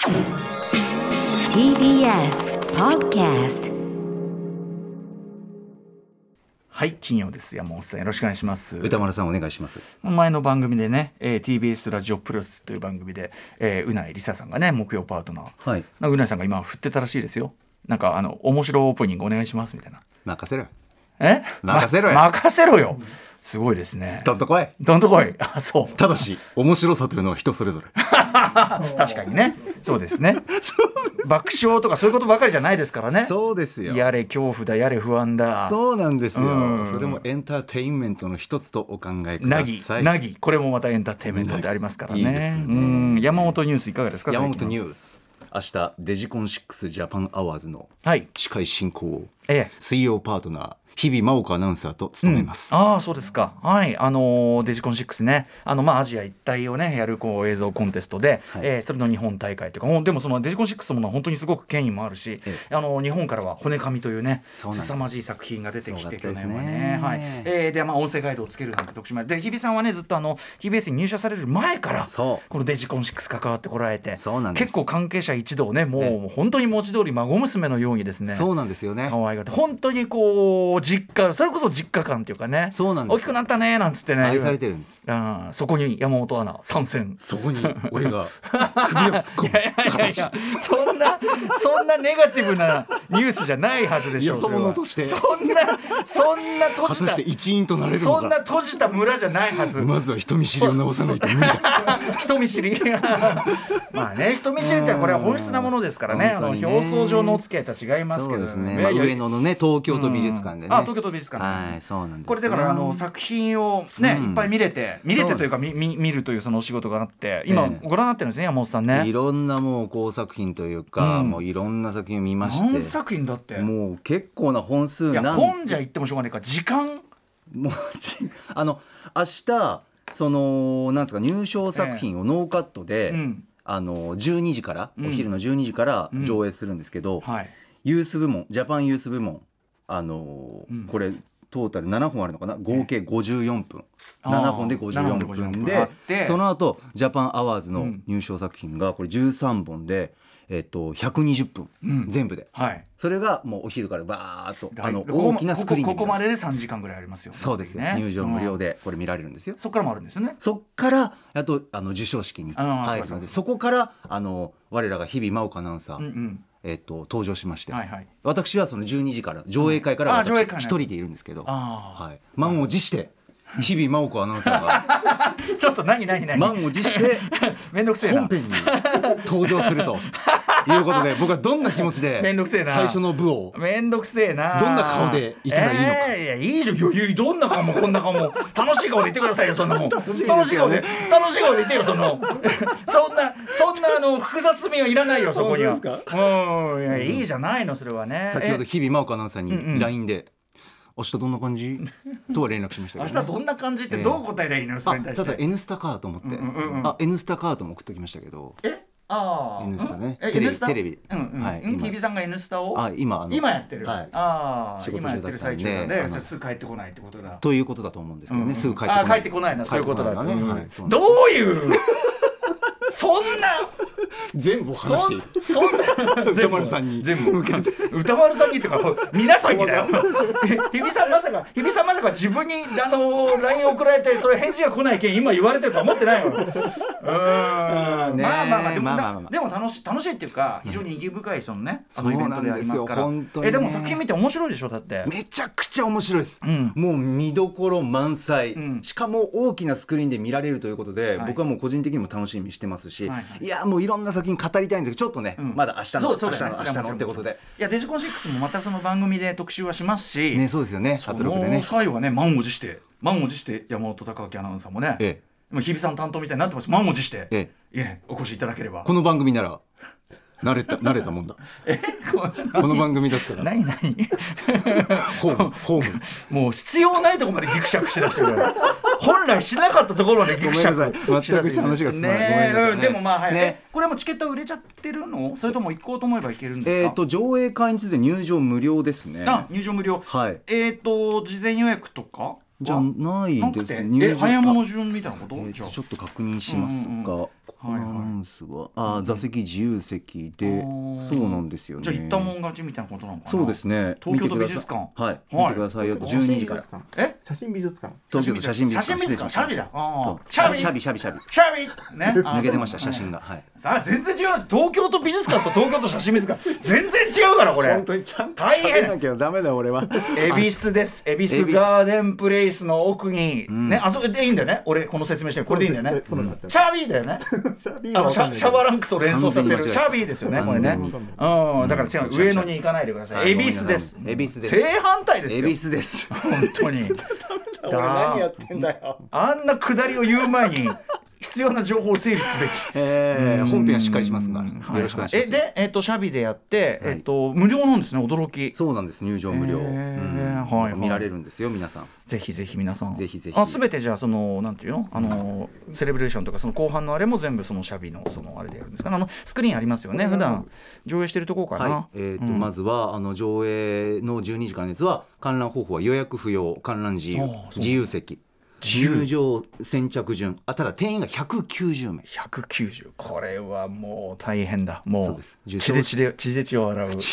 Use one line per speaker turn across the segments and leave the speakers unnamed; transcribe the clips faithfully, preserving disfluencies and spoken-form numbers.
ティービーエス Podcast。はい、金曜です。山本さんよろしくお願いします。
歌丸さんお願いします。
前の番組でね、えー、ティービーエス ラジオプラスという番組で、えー、うないりささんがね木曜パートナー、はい、なんかうないさんが今振ってたらしいですよ。なんかあの面白オープニングお願いしますみたいな。
任せろ。
え？
任せろよ。
ま、任せろよ。すごいですね。
どんとこい。
どんとこい。あ、そう。
ただし面白さというのは人それぞれ。
確かにね。そうですね。爆笑とかそういうことばかりじゃないですからね。
そうですよ。
やれ恐怖だ、やれ不安だ。
そうなんですよ、うん、それもエンターテインメントの一つとお考えください。
なぎ、これもまたエンターテインメントでありますからね。いいですね。うん、山本ニュースいかがですか？
山本ニュース、明日デジコンシックスジャパンアワーズの司会進行を、ええ、水曜パートナー日々真央子アナウンサーと務めます、
うん、ああそうですか。はい、あのー、デジコンシックスね、あのまあアジア一帯をねやるこう映像コンテストで、はい、えー、それの日本大会というか、もうでもそのデジコンシックスものは本当にすごく権威もあるし、ええ、あの日本からは骨紙というね凄まじい作品が出てきて、去年はね、はい、えー、でまあ音声ガイドをつけるなんて特集まで、で日比さんはねずっとあの ティービーエス に入社される前からこのデジコンシックス関わってこられて、そうなんです。結構関係者一同ねもう、ええ、本当に文字通り孫娘のようにですね、
そうなんですよね、
可愛がって本当にこう実家、それこそ実家感というかね、
そうなんです。
大きくなったねなんつってね
愛されてるんです。
あ、そこに山本アナ参戦。
そこに俺が首を突っ込む
いやいやいやいや、そんなそんなネガティブなニュースじゃないはずでしょう。
よそ者として
そんなそんな閉じた、
果たして一員となれるのか。
そんな閉じた村じゃないはず。
まずは人見知りを直さないと無理だ。
人見知りまあね、人見知りってこれは本質なものですからね、あの表層上のお付き合いとは違いますけど、ね、
そうですね、まあ、上野のね東京都美術館でね、
あ、東京都美術館なんです、
はい、そうなんです。
これだからあの作品をね、うん、いっぱい見れて見れてというか見見るというそのお仕事があって今、えー、ご覧になってるんですね、山本さんね。
いろんなもう好作品というか、うん、もういろんな作品を見まして、
何作品だって
もう結構な本数なん。
いや本じゃ言ってもしょうがないから時間
もうあの明日そのなんですか入賞作品をノーカットで、えーうん、あのじゅうにじから、うん、お昼のじゅうにじから上映するんですけど、うん、はい、ユース部門ジャパンユース部門あの、うん、これトータルななほんあるのかな、合計ごじゅうよんぷん、えー、ななほんでごじゅうよんぷんで、その後ジャパンアワーズの入賞作品がこれじゅうさんぼんで、えっと、ひゃくにじゅっぷん、うん、全部で、はい、それがもうお昼からバーっとあの大きなスクリーンで
ここまででさんじかんぐらいありますよね。
そうですね、入場無料でこれ見られるんですよ、うん、
そこからもあるんですよね。
そこからあとあの授賞式に入るので、そこからあの我らが日々真央子アナウンサー、うんうん、えー、と登場しまして、はいはい、私はそのじゅうにじから上映会から私一人でいるんですけど、はい、満を持して日々真央子アナウンサーが
ちょっと何何何
満を持して
めんどくせえな
本編に登場するということで、僕はどんな気持ちで最初の部を
めんどくせえな
どんな顔でいたらいいのか、
えー、いやいいじゃん、余裕、どんな顔もこんな顔も楽しい顔で言ってくださいよ、そんなもん楽しい顔で楽しい顔で言ってよ、そのそんなそんなあの複雑味はいらないよ、そこには。うん、いやいいじゃないの、それはね。
先ほど日々真央子アナウンサーに ライン で、うんうん、明日どんな感じとは連絡しましたけど、ね、
明日どんな感じってどう答えりゃいいの、えー、それに対して。
ただ N スタかと思って、うんうんうん、あ N スタカードも送っておきましたけど、
えあ
N スタね、
うん、
テレビテレビ、
うんうん、はい、日比さんが N スタを
あ 今, あの
今やってる、はい、あ
仕事
今やってる最中なん
で
すぐ帰ってこないってことだ
ということだと思うんですけどね、うんうん、すぐ帰ってこない、
あ帰ってこないな、そういうことだね、
はい、
どういうそんな
全部話している、
そんな
歌丸さんに
全部歌丸さんにっていうか皆さんにだよ日比さんまさか日比さんまさか自分にあの ライン 送られてそれ返事が来ないけん今言われてるとは思ってないよ。うーん、まあまあまあでも、まあまあまあ、でも楽しい楽しいっていうか非常に意義深いそのね、うん、あのイベントでありますから。本当に、ね、えでも作品見て面白いでしょ。だって
めちゃくちゃ面白いです、うん、もう見どころ満載、うん、しかも大きなスクリーンで見られるということで、はい、僕はもう個人的にも楽しみにしてますし、はいはい、いやもういろんな作品語りたいんですけどちょっとね、うん、まだ明日の
そうそう、ね、
明日の明日のってことで、
いやデジコンシックスもまたその番組で特集はしますし
ね。そうですよね、
その際はね満を持して満を持して山本貴明アナウンサーもね、ええ、日比さん担当みたいになってます。満を持して、ええ、いえお越しいただければ
この番組なら慣れた慣れたもんだ
え
この番組だったら
何何
ホームホーム
もう必要ないところまでギクシャクしだしてるから本来しなかったところまでギクシャク
全くした話が進まない、
ねねうん、でもまあ、はいね、これもチケット売れちゃってるの？それとも行こうと思えば行けるんですか？
えー、と上映会について入場無料ですね。
あ入場無料、はい、えっ、ー、と事前予約とか
じゃないです。
え早物順みたいなこと、
えー、ちょっと確認しますが、うんうんうん、 このアナウンスは、はいはい、あ座席自由席で、そうなんですよね。
じゃあ行ったもん勝ちみたいなことなのかな。
そうですね。
東京都美術館、
はい、見てくださいよ。じゅうにじから
え写真美術館、
東京都写真美術館、
写真美術館、シャビだ、
シャビシャビシャビシャビ
シャビね、
抜けてました写真が。はい。
あ、全然違う。東京都美術館と東京都写真美術館全然違うからこれ。
本当にちゃんと喋らなきゃダメだ俺は。
恵比寿です。恵比寿ガーデンプレイスの奥に、うん、ね、あそこでいいんだよね。俺この説明してるこれでいいんだよね。うん、シャービーだよね。シャーシャシャワーランクスを連想させるシャービーですよねこれね。うん、だから違う、上野に行かないでください。恵比寿です。
恵比寿です。
正反対ですよ。
恵比寿です。
本当に。
俺何やってんだよ。
あんな下りを言う前に必要な情報を整理すべき。
えー、本編はしっかりしますが、よろしくお願いします。
えで、えっとシャビでやって、えっと無料なんですね。驚き。
そうなんです。入場無料。はい。見られるんですよ皆さん。
ぜひぜひ皆さん。
ぜひぜひ。
あ、すべてじゃあそのなんていうの、あのセレブレーションとかその後半のあれも全部そのシャビのそのあれでやるんですか。あのスクリーンありますよね。普段上映してるとこかな。
えっとまずはあの上映のじゅうにじからのやつは観覧方法は予約不要、観覧自由、自由席。入場先着順、あただ定員がひゃくきゅうじゅうめい。
ひゃくきゅうじゅう、これはもう大変だ。もう血で血で血で血を洗う。アッ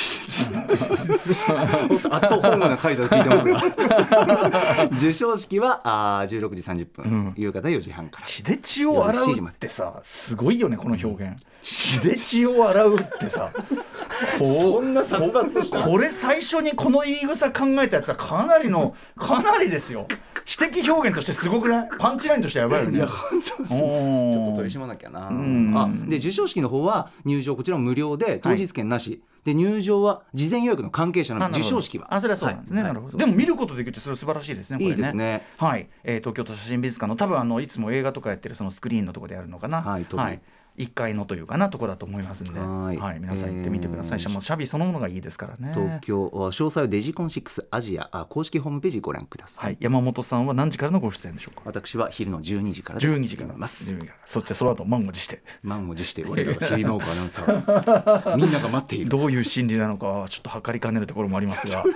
トホームな回答を聞いてますが授賞式はあじゅうろくじさんじゅっぷん、うん、夕方よじはんから。
血で血を洗うってさすごいよねこの表現。血で血を洗うってさ
そんな殺伐とした。
これ最初にこの言い草考えたやつはかなりのかなりですよ。詩的表現としてすごくない？パンチラインとしてやばいよね。
いや本当ちょっと取り締まなきゃな。あで授賞式の方は入場こちらも無料で当日券なし、はい、で入場は事前予約の関係者の授賞式は
あそれはそうなんですね、はい、なるほど。でも見ることできるってそれは素晴らしいですね。これね
いいですね。
はい、えー、東京都写真美術館の多分あのいつも映画とかやってるそのスクリーンのところでやるのかな。
はい、
はい、いっかいのというかなところだと思いますんで、はい、はい、皆さん行ってみてください。えー、もうシャビそのものがいいですからね。
東京詳細はデジコンシックスアジア公式ホームページご覧ください。
はい、山本さんは何時からのご出演でしょうか？
私は昼のじゅうにじからで
じゅうにじからます。そしてその後満を持して
満を持して俺らが桐真岡アナウンサーみんなが待っている。
どういう心理なのかちょっと測りかねるところもありますが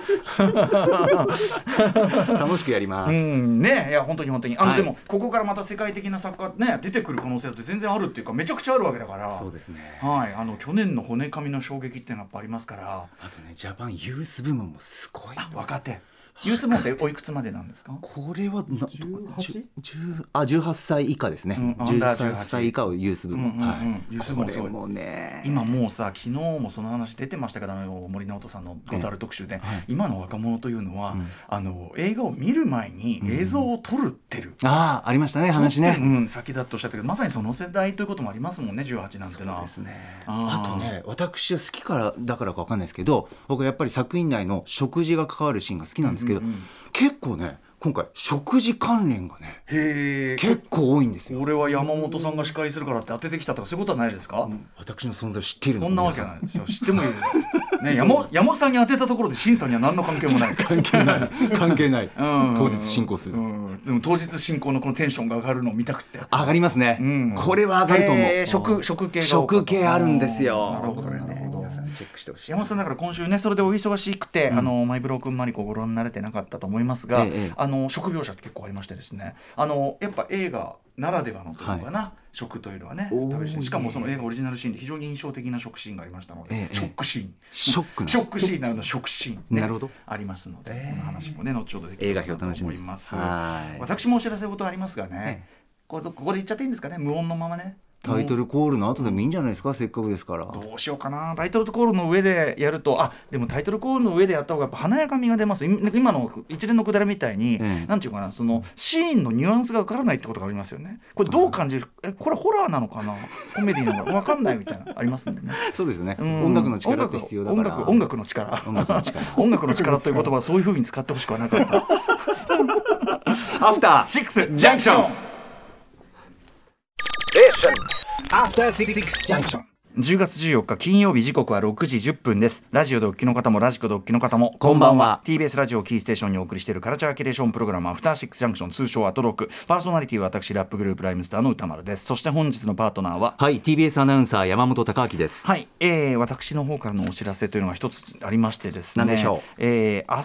楽しくやります。
うんね、いや本当に本当にあの、はい、でもここからまた世界的な作家ね出てくる可能性って全然あるっていうかめちゃくちゃあるわけだから。
そうですね。
はい、あの去年の骨髪の衝撃っていうのはやっぱありますから。
あとねジャパンユース部門もすごい。
あ、若手ユース部門っておいくつまでなんですか？
これはなじゅうはち？あじゅうはっさい以下ですね。うん、じゅうはっさい以下をユース部門。ユース部門これもね
今もうさ昨日もその話出てましたから森直人さんのゴタル特集で、はい、今の若者というのは、うん、あの映画を見る前に映像を撮るってる、
うん、ああありましたね話ね、
うん、先だとおっしゃったけどまさにその世代ということもありますもんねじゅうはちなんてのは。
そうですね。あ, あとね私は好きからだからか分かんないですけど僕はやっぱり作品内の食事が関わるシーンが好きなんですけど、うんうんうん、結構ね今回食事関連がねへ結構多いんですよ。
俺は山本さんが司会するからって当ててきたとかそういうことはないですか？うん、
私の存在を知っているの。
そんなわけないですよ。知ってもいいね、山, 山本さんに当てたところで審査には何の関係もない
関係ない関係ない、うん、当日進行する、うん、
でも当日進行のこのテンションが上がるのを見たくて
上がりますね、うん、これは上がると思う。
食, 食系が
食系あるんですよ。
なるほどね。皆さんチェックしてほしい。山本さんだから今週ねそれでお忙しくて、うん、あのマイブロー君マリコご覧になれてなかったと思いますが、ええ、あの食描写って結構ありましてですねあのやっぱ映画ならではのというのかな、はい、食というのはね食べるししかもその映画オリジナルシーンで非常に印象的な食シーンがありましたので、ええ、ショックシーン
ショック
ショックシーンなどの食シーン、ね、
なるほど
ありますので、えー、この話もね後ほどできるかなと思います。
はい、
私もお知らせ事ありますがね、ええ、こ, ここで言っちゃっていいんですかね無音のままね。
タイトルコールの後でもいいんじゃないですか、せっかくですから。
どうしようかな。タイトルコールの上でやるとあでもタイトルコールの上でやった方がやっぱ華やかみが出ます。今の一連のくだりみたいに、うん、なんていうかなそのシーンのニュアンスが分からないってことがありますよね。これどう感じるえこれホラーなのかなコメディなのか分かんないみたいなありますんでね
そうですね、うん、音楽の力って必要だから
音楽、音楽の力
音楽の力
音楽の力という言葉はそういう風に使ってほしくはなかった
アフター
シックスジャンクションAfter Six Junction。じゅうがつじゅうよっか金曜日時刻はろくじじゅっぷんです。ラジオでお聞きの方もラジコでお聞きの方もこんばんは。 ティービーエス ラジオキーステーションにお送りしているカルチャーキュレーションプログラムアフターシックスジャンクション通称アトロック。パーソナリティは私ラップグループライムスターの歌丸です。そして本日のパートナーは
はい ティービーエス アナウンサー山本貴明です。
はい、えー、私の方からのお知らせというのが一つありましてですね。
何でしょう。
えー、あさっ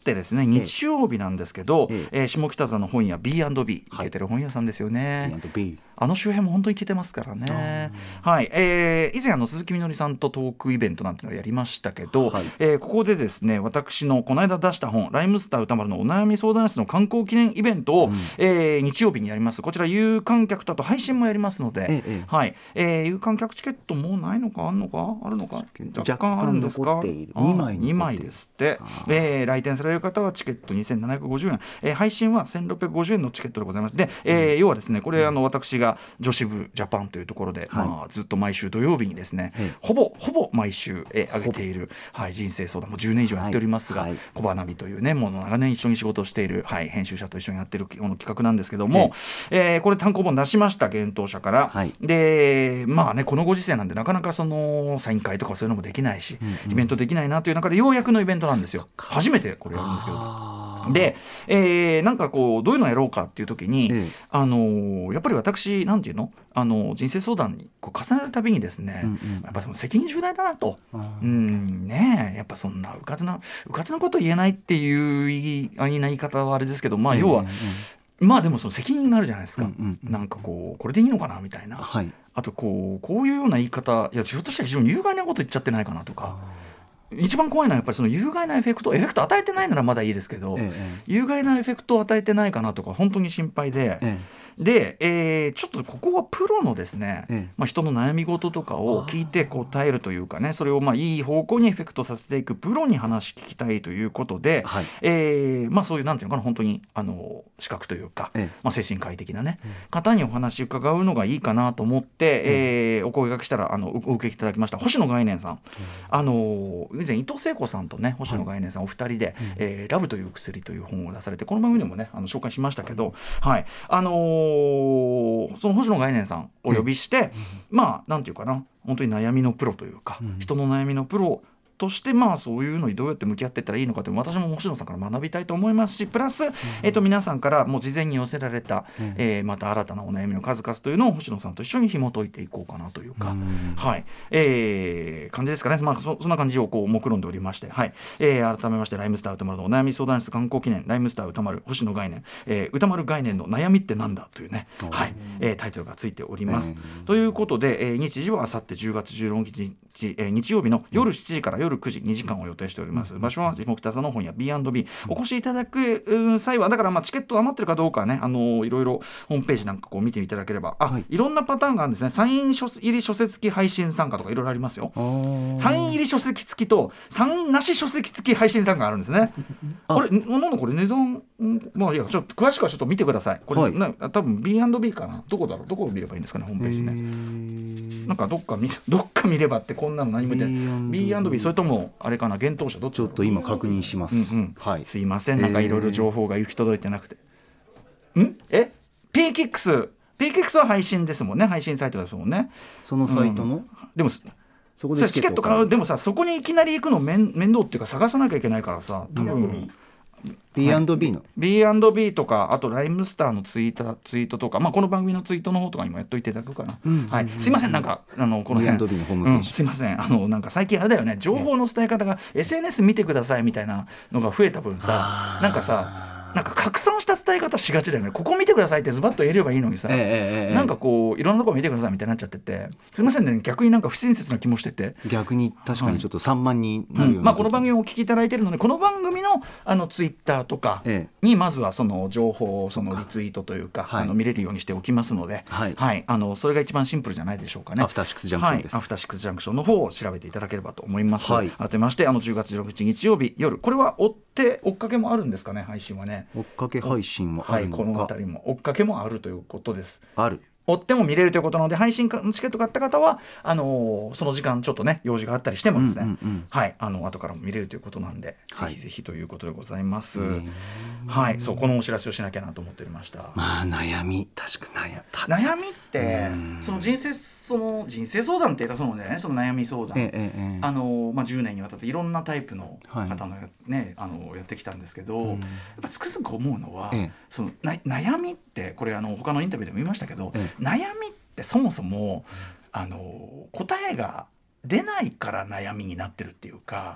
ってですね日曜日なんですけど、
ええ
えー、下北沢の本屋 ビーアンドビー、はい、イケてる本屋さんですよね。
ビーアンドビー、
あの周辺も本当にイケてますからね。はい、えー、以前あの鈴木みのりさんとトークイベントなんてのをやりましたけど、はい、えー、ここでですね私のこの間出した本ライムスター歌丸のお悩み相談室の観光記念イベントを、うん、えー、日曜日にやります。こちら有観客とあと配信もやりますので、ええ、はい、えー、有観客チケットもうないのかあるのかあるのか若干あるんですか。
にまい
にまいですって、えー、来店される方はチケットにせんななひゃくごじゅうえん、えー、配信はせんろっぴゃくごじゅうえんのチケットでございまして、で、えー、要はですねこれ、うん、あの私が女子部ジャパンというところで、はい、まあ、ずっと毎週土曜日にですね、はい、ほぼほぼ毎週、えー、上げている、はい、人生相談もじゅうねん以上やっておりますが、はいはい、小花火というねもう長年一緒に仕事をしている、はい、編集者と一緒にやっているこの企画なんですけども、はい、えー、これ単行本出しました、幻冬舎から、はい、でまあねこのご時世なんでなかなかそのサイン会とかそういうのもできないし、うんうん、イベントできないなという中でようやくのイベントなんですよ。初めてこれやるんですけど、で、えー、なんかこうどういうのやろうかっていう時に、ええ、あのー、やっぱり私なんていうの、あの人生相談にこう重ねるたびにですね、うんうん、やっぱその責任重大だなと、うんねえ、やっぱそんなうかつなうかつなこと言えないっていう言い言い方はあれですけど、まあ要は、えー、まあでもその責任があるじゃないですか、うんうんうん、なんかこうこれでいいのかなみたいな、はい、あとこうこういうような言い方、いやひょっとしたら非常に有害なこと言っちゃってないかなとか。一番怖いのはやっぱりその有害なエフェクトエフェクト与えてないならまだいいですけど、ええ、有害なエフェクトを与えてないかなとか本当に心配で、ええ、で、えー、ちょっとここはプロのですね、ええ、まあ、人の悩み事とかを聞いて答えるというかね、それをまあいい方向にエフェクトさせていくプロに話聞きたいということで、はい、えーまあ、そういうなんていうのかな本当にあの資格というか、ええ、まあ、精神科医的な、ね、うん、方にお話伺うのがいいかなと思って、うん、えー、お声掛けしたらあのお受けいただきました星野概念さん、うん、あの以前伊藤聖子さんとね星野概念さんお二人で、はい、えー、ラブという薬という本を出されてこの番組でもねあの紹介しましたけど、はい、あのー、その星野概念さんをお呼びして、うん、まあなんていうかな本当に悩みのプロというか、うん、人の悩みのプロとしてまあそういうのにどうやって向き合っていったらいいのかという私も星野さんから学びたいと思いますし、プラス、うん、えー、と皆さんからもう事前に寄せられた、うん、えー、また新たなお悩みの数々というのを星野さんと一緒に紐解いていこうかなというか、うん、はい、えー、感じですかね。まあ、そ, そんな感じをこう目論んでおりまして、はい、えー、改めましてライムスター歌丸のお悩み相談室観光記念ライムスター歌丸星野概念、えー、歌丸概念の悩みってなんだというね、はい、えー、タイトルがついております、うん、ということで、えー、日時はあさってじゅうがつじゅうろくにち、えー、日曜日の夜しちじから夜くじにじかんを予定しております。場所は下北沢の本屋 ビーアンドビー、 お越しいただく際はだからまあチケット余ってるかどうかはね、あのいろいろホームページなんかこう見ていただければ、あ、はい、いろんなパターンがあるんですね。サイン入り書籍付き配信参加とかいろいろありますよ。サイン入り書籍付きとサインなし書籍付き配信参加があるんですね。あれなんだこれ値段、まあいやちょっと詳しくはちょっと見てください。これ、はい、な多分 ビーアンドビー かな、どこだろう、どこを見ればいいんですかねホームページね。なんかどっか見どっか見ればってこんなの何も言って ビーアンドビー それともあれかな幻冬舎どっち
ちょっと今確認します、
うんうん、はい、すいませんなんかいろいろ情報が行き届いてなくて、んえ ピーキックス ピーキックス は配信ですもんね、配信サイトですもんね、
そのサイトの、うん、
でもそこでチケット買う、でもさそこにいきなり行くの面面倒っていうか探さなきゃいけないからさ、多分
ビーアンドビー の、はい、
ビーアンドビー とかあとライムスターのツイート、ツイートとか、まあ、この番組のツイートの方とかにもやっといていただくかな、うんうんうん、はい、すいませんなんかあのこの辺
ビーアンドビー のホームページ、
うん、すいませんあのなんか最近あれだよね、情報の伝え方が エスエヌエス 見てくださいみたいなのが増えた分さ、なんかさなんか拡散した伝え方しがちだよね。ここ見てくださいってズバッと言えればいいのにさ、ええええ、なんかこういろんなところ見てくださいみたいになっちゃってて、すいませんね、逆になんか不親切な気もしてて、
逆に確かにちょっと散漫になるような、
うん、まあ、この番組をお聞きいただいているのでこの番組のあのツイッターとかにまずはその情報をそのリツイートというか、はい、あの見れるようにしておきますので、はいはい、あのそれが一番シンプルじゃないでしょうかね。
アフターシックスジャンクションです、
はい、アフターシックスジャンクションの方を調べていただければと思います、はい、改めましてあのじゅうがつじゅうろくにち日曜日夜、これは追って追っかけもあるんですかね、配信はね。
追っかけ配信もあるのか、
はい、このあたりも追っかけもあるということです。
ある、
追っても見れるということなので、配信チケット買った方はあのー、その時間ちょっとね用事があったりしてもですね、うんうんうん、はい、あの後からも見れるということなんで、はい、ぜひぜひということでございます。はい、そうこのお知らせをしなきゃなと思っておりました。
まあ悩み、確か悩
悩みってその人生その人生相談って偉そうなんだよね、その悩み相談、ええええ、あのまあ、じゅうねんにわたっていろんなタイプの方の、ね、はい、あのやってきたんですけど、うん、やっぱつくづく思うのは、ええ、そのな悩みってこれあの他のインタビューでも言いましたけど、ええ、悩みってそもそもあの答えが出ないから悩みになってるっていうか、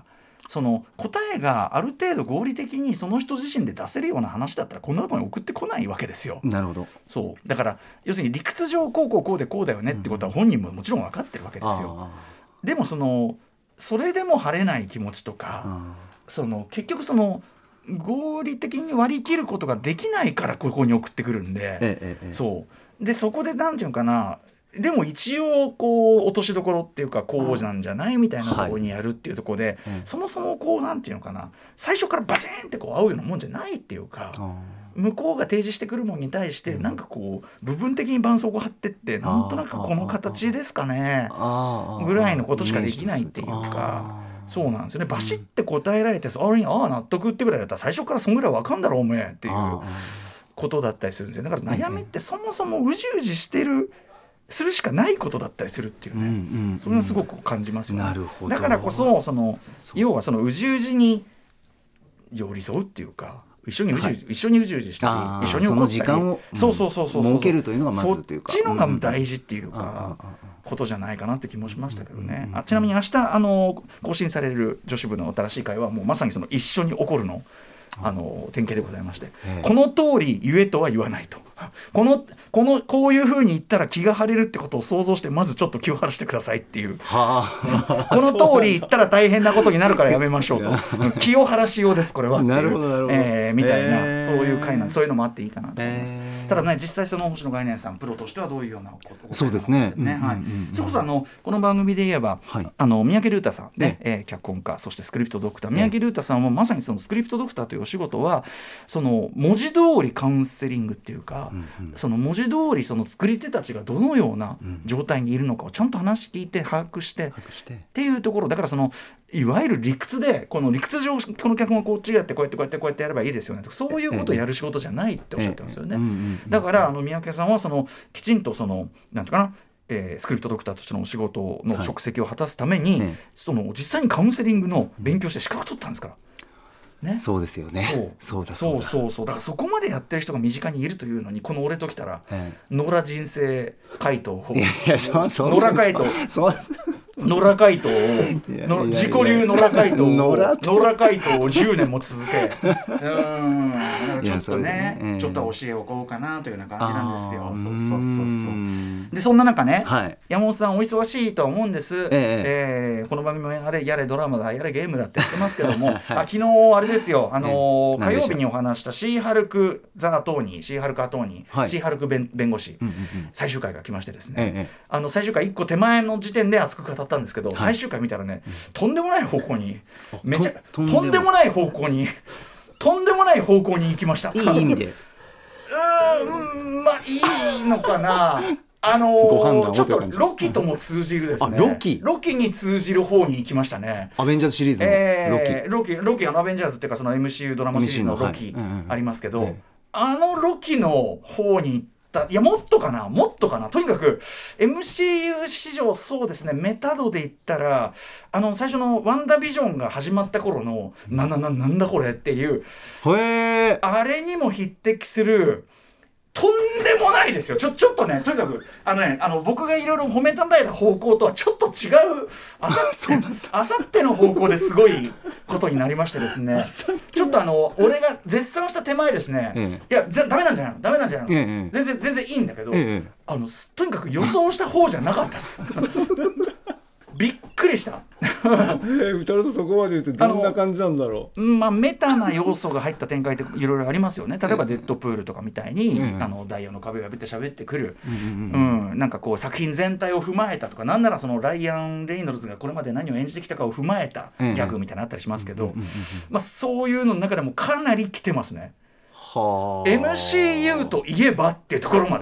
その答えがある程度合理的にその人自身で出せるような話だったらこんなところに送ってこないわけですよ。
なるほど。
そうだから要するに理屈上こうこうこうでこうだよねってことは本人ももちろん分かってるわけですよ。でもそのそれでも晴れない気持ちとか、その結局その合理的に割り切ることができないからここに送ってくるんで、
ええ、
そうでそこでなんていうのかな、でも一応こう落としどころっていうかこうなんじゃないみたいなところにやるっていうところで、はい、そもそもこうなんていうのかな、最初からバチーンってこう合うようなもんじゃないっていうか、向こうが提示してくるものに対してなんかこう部分的に絆創膏貼ってってなんとなくこの形ですかねぐらいのことしかできないっていうか、そうなんですよね。バシッて答えられて、あれにああ納得ってぐらいだったら最初からそんぐらい分かんだろうおめえっていうことだったりするんですよ。だから悩みってそもそもうじうじしてるするしかないことだったりするっていうね、うんうんうん、それはすごく感じますよね。
なるほど。
だからこそ、その要はそのうじうじに寄り添うっていうか、一緒にうじうじ、はい、一緒にうじうじしたり一緒に怒ったり、その時間を
そうそうそうそう設けるというのがまずというか、
そっちのが大事っていうか、うんうん、ことじゃないかなって気もしましたけどね、うんうん、あちなみに明日あの更新される女子部の新しい会はもうまさにその一緒に怒るのあの典型でございまして、この通り言えとは言わないと、このこのこういう風に言ったら気が晴れるってことを想像してまずちょっと気を晴らしてくださいっていう、はあ、この通り言ったら大変なことになるからやめましょうと気を晴らしようですこれはっていう、なるほどなるほど、えー、みたいな、えー、そういう回なんそういうのもあっていいかなと思います、えー、ただね実際その星野概念さんプロとしてはどういうようなことを
そうですね、
ね、はい、それこそあのこの番組で言えば、はい、あの三宅龍太さんね、えー、脚本家そしてスクリプトドクター、三宅龍太さんもまさにそのスクリプトドクターというお仕事はその文字通りカウンセリングっていうか、うんうん、その文字通りその作り手たちがどのような状態にいるのかをちゃんと話聞いて把握してっていうところだから、そのいわゆる理屈でこの理屈上この脚本がこっちやってこうやってこうやってこうやってやればいいですよねと、そういうことをやる仕事じゃないっておっしゃってますよね。だからあの三宅さんはそのきちんとそのなんていうかな、えー、スクリプトドクターとしてのお仕事の職責を果たすために、はい、その実際にカウンセリングの勉強して資格を取ったんですから。ね、そうですよね。そうだそうだそうそうそうだからそこまでやってる人が身近にいるというのにこの俺ときたら、ええ、野良人生回答を野良回答野良回答を自己流野良回答を野良回答をじゅうねんも続けうんちょっとね、えー、ちょっと教えをこうかなというような感じなんですよ。そうそうそうそうでそんな中ね、はい、山本さんお忙しいとは思うんです、えーえー、この番組もやれやれドラマだやれゲームだって言ってますけども、はい、あ昨日あれですよ、あのーえー、火曜日にお話したシーハルク・ザ・アトーニーシーハルク・アトーニー、はい、シーハルク弁護士、うんうんうん、最終回が来ましてですね、えー、あの最終回いっこ手前の時点で熱く語ったんですけど、はい、最終回見たらね、うん、とんでもない方向にめちゃ と, とんでもない方向にとんでもない方向に行きました。
いい意味でう
ーんまあいいのかなあのー、ちょっとロキとも通じるですね。
ロキ
ロキに通じる方に行きましたね。
アベンジャーズシリーズのロキ、
えー、ロキロキあのアベンジャーズっていうかその エムシーユー ドラマシリーズのロキありますけど、はい、あのロキの方に行ったいやもっとかなもっとかなとにかく エムシーユー 史上そうですねメタ度で言ったらあの最初のワンダービジョンが始まった頃のななななんだこれっていう
へー
あれにも匹敵するとんでもないですよ。ちょ、ちょっとねとにかくあのねあの僕がいろいろ褒めたたえた方向とはちょっと違うあさっての方向ですごいことになりましてですねちょっとあの俺が絶賛した手前ですね、ええ、いやダメなんじゃないのダメなんじゃないの、ええ、全然全然いいんだけど、ええ、あのとにかく予想した方じゃなかったですびっくりした
宇多田さんそこまで言ってどんな感じなんだろう。
まあ、メタな要素が入った展開っていろいろありますよね。例えばデッドプールとかみたいに、うん、あのダイヤの壁を破って喋ってくる、うんうんうん、なんかこう作品全体を踏まえたとかなんならそのライアン・レイノルズがこれまで何を演じてきたかを踏まえたギャグみたいなのあったりしますけど、まあ、そういうのの中でもかなり来てますね。は エムシーユー といえばっていうところまで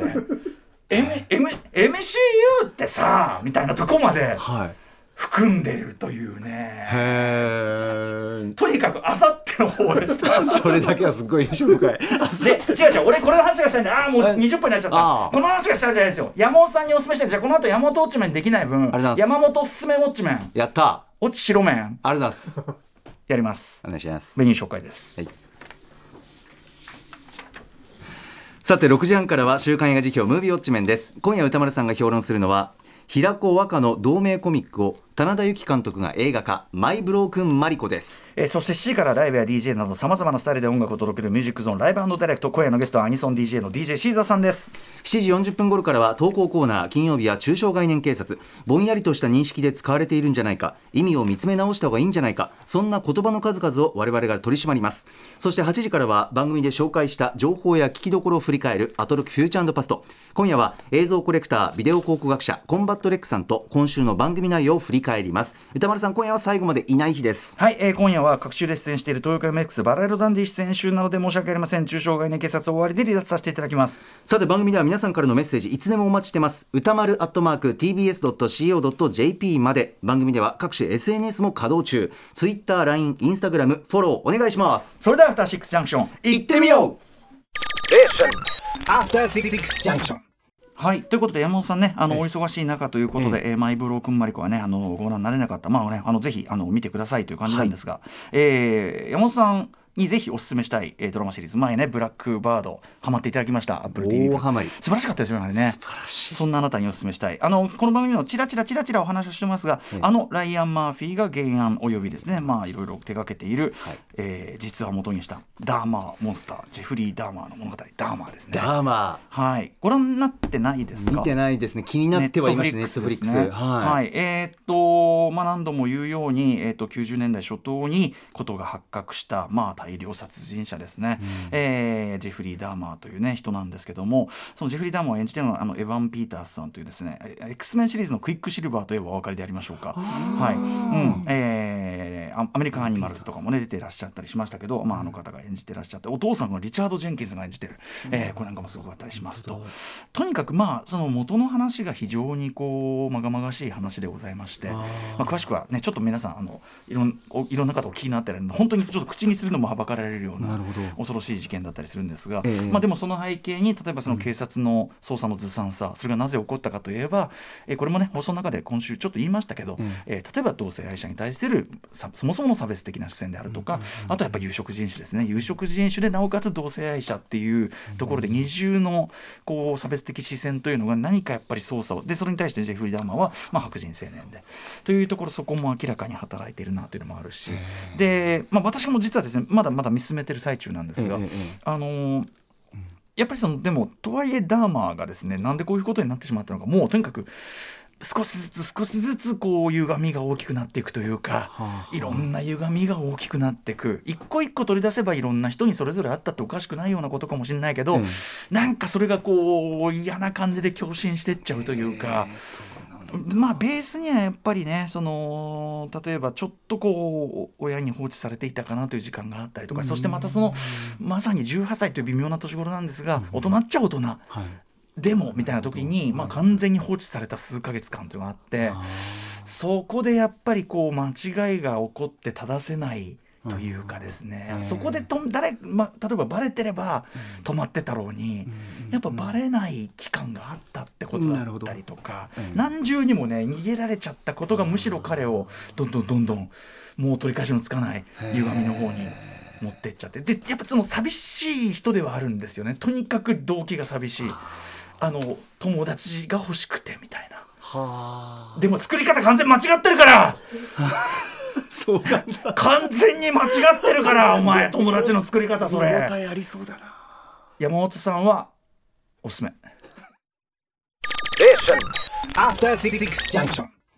M M エムシーユー ってさみたいなところまで、はい含んでるというね。へとにかくあさっての方でした
それだけはすごい印象深い
で違う違う俺これの話がしたいんでああもうにじゅっぷんになっちゃったこの話がしたいじゃないですよ。山本さんにお勧めしてじゃあこの後山本ウォッチメンできない分山本おすすめウォッチメン
やった
ウォッチ白麺
ありがとうございます
やります
お願いします。
メニュー紹介です、はい、
さてろくじはんからは週刊映画辞表ムービーウォッチメンです。今夜歌丸さんが評論するのは平子和歌の同名コミックを棚田由紀監督が映画化マイブロークンマリコです。
えー、そしてしちじからライブや ディージェー などさまざまなスタイルで音楽を届けるミュージックゾーンライブ&ダイレクト。今夜のゲストはアニソン ディージェー の ディージェー シーザーさんです。
しちじよんじゅっぷん頃からは投稿コーナー。金曜日は中小概念警察。ぼんやりとした認識で使われているんじゃないか、意味を見つめ直した方がいいんじゃないか、そんな言葉の数々を我々が取り締まります。そしてはちじからは番組で紹介した情報や聞きどころを振り返るアトロックフューチャー&パスト。今夜は映像コレクター、ビデオ考古学者コンバットレックさんと今週の番組内容を振り返ります。歌丸さん、今夜は最後までいない日です。
はい、えー、今夜は各週で出演している東洋会 エムエックス バラ色ダンディ出演週なので申し訳ありません。中小概念警察終わりで離脱させていただきます。
さて、番組では皆さんからのメッセージいつでもお待ちしてます。歌丸アットマーク ティービーエスドットシーオードットジェーピー まで。番組では各種 エスエヌエス も稼働中。 Twitter、ライン、インスタグラムフォローお願いします。
それではアフターシックスジャンクション行ってみよう。アフターシックスジャンクション。はい、ということで山本さんね、あのお忙しい中ということで、えー、マイブロークンマリコはね、あのご覧になれなかった、まあね、あのぜひあの見てくださいという感じなんですが、はい、えー、山本さんにぜひお勧めしたい、えー、ドラマシリーズ、前ねブラックバードハマっていただきました。 Apple ティービー
大ハマり、
素晴らしかったですよね。ね、
素晴らしい。
そんなあなたにお勧めしたい、あのこの番組のチラチラチラチラお話をしてますが、あのライアン・マーフィーが原案およびですね、まあいろいろ手掛けている、はい、えー、実話を元にしたダーマーモンスター、ジェフリー・ダーマーの物語、ダーマーですね。
ダーマ
ー、はい、ご覧になってないですか？
見てないですね。気になってはいましたね。ネットフリックス、はい、
はい、えー、っとまあ何度も言うように、えー、っときゅうじゅうねんだい初頭にことが発覚した、まあ大量殺人者ですね、うん、えー、ジェフリー・ダーマーという、ね、人なんですけども、そのジェフリー・ダーマーを演じているのはあのエヴァン・ピータースさんというですね、 X メンシリーズのクイックシルバーといえばお分かりでありましょうか。はい、うん、えー、アメリカンアニマルズとかも、ね、出ていらっしゃったりしましたけど、まあ、あの方が演じていらっしゃって、お父さんのリチャード・ジェンキンスが演じてる、えー、これなんかもすごかったりしますと、とにかくまあその元の話が非常にこうまがまがしい話でございまして、まあ、詳しくはねちょっと皆さんあのいろんいろんな方お聞きになってるんで、本当にちょっと口にするのもはばかられるような恐ろしい事件だったりするんですが、えーまあ、でもその背景に例えばその警察の捜査のずさんさ、それがなぜ起こったかといえば、えー、これもね放送の中で今週ちょっと言いましたけど、うん、えー、例えば同性愛者に対するそもそもの差別的な視線であるとか、うんうんうん、あとはやっぱ有色人種ですね。有色人種でなおかつ同性愛者っていうところで二重のこう差別的視線というのが何かやっぱり捜査をで、それに対してジェフリー・ダーマーはまあ白人青年でというところ、そこも明らかに働いているなというのもあるし、で、まあ、私も実はですねまだまだ見つめてる最中なんですが、あのーやっぱりそのでもとはいえダーマーがですね、なんでこういうことになってしまったのか、もうとにかく少しずつ少しずつこう歪みが大きくなっていくというか、はあはあ、いろんな歪みが大きくなっていく、一個一個取り出せばいろんな人にそれぞれあったっておかしくないようなことかもしれないけど、うん、なんかそれがこう嫌な感じで共振していっちゃうというか、まあベースにはやっぱりね、その例えばちょっとこう親に放置されていたかなという時間があったりとか、そしてまたそのまさにじゅうはっさいという微妙な年頃なんですが、大人っちゃ大人、はい、でもみたいな時に、まあ、完全に放置された数ヶ月間というのがあって、そこでやっぱりこう間違いが起こって正せないというかですね、うん、そこでと誰、ま、例えばバレてれば止まってたろうに、うん、やっぱバレない期間があったってことだったりとか、うん、何重にもね逃げられちゃったことがむしろ彼をどんどんどんどんもう取り返しのつかない歪みの方に持ってっちゃって、でやっぱその寂しい人ではあるんですよね。とにかく動機が寂しい、あの友達が欲しくてみたいな、はあ、でも作り方完全間違ってるから
そうなんだ、
完全に間違ってるからお前友達の作り方それ
重たいありそうだな。
山本さんはおすすめ。
アフターシックスジャンクション。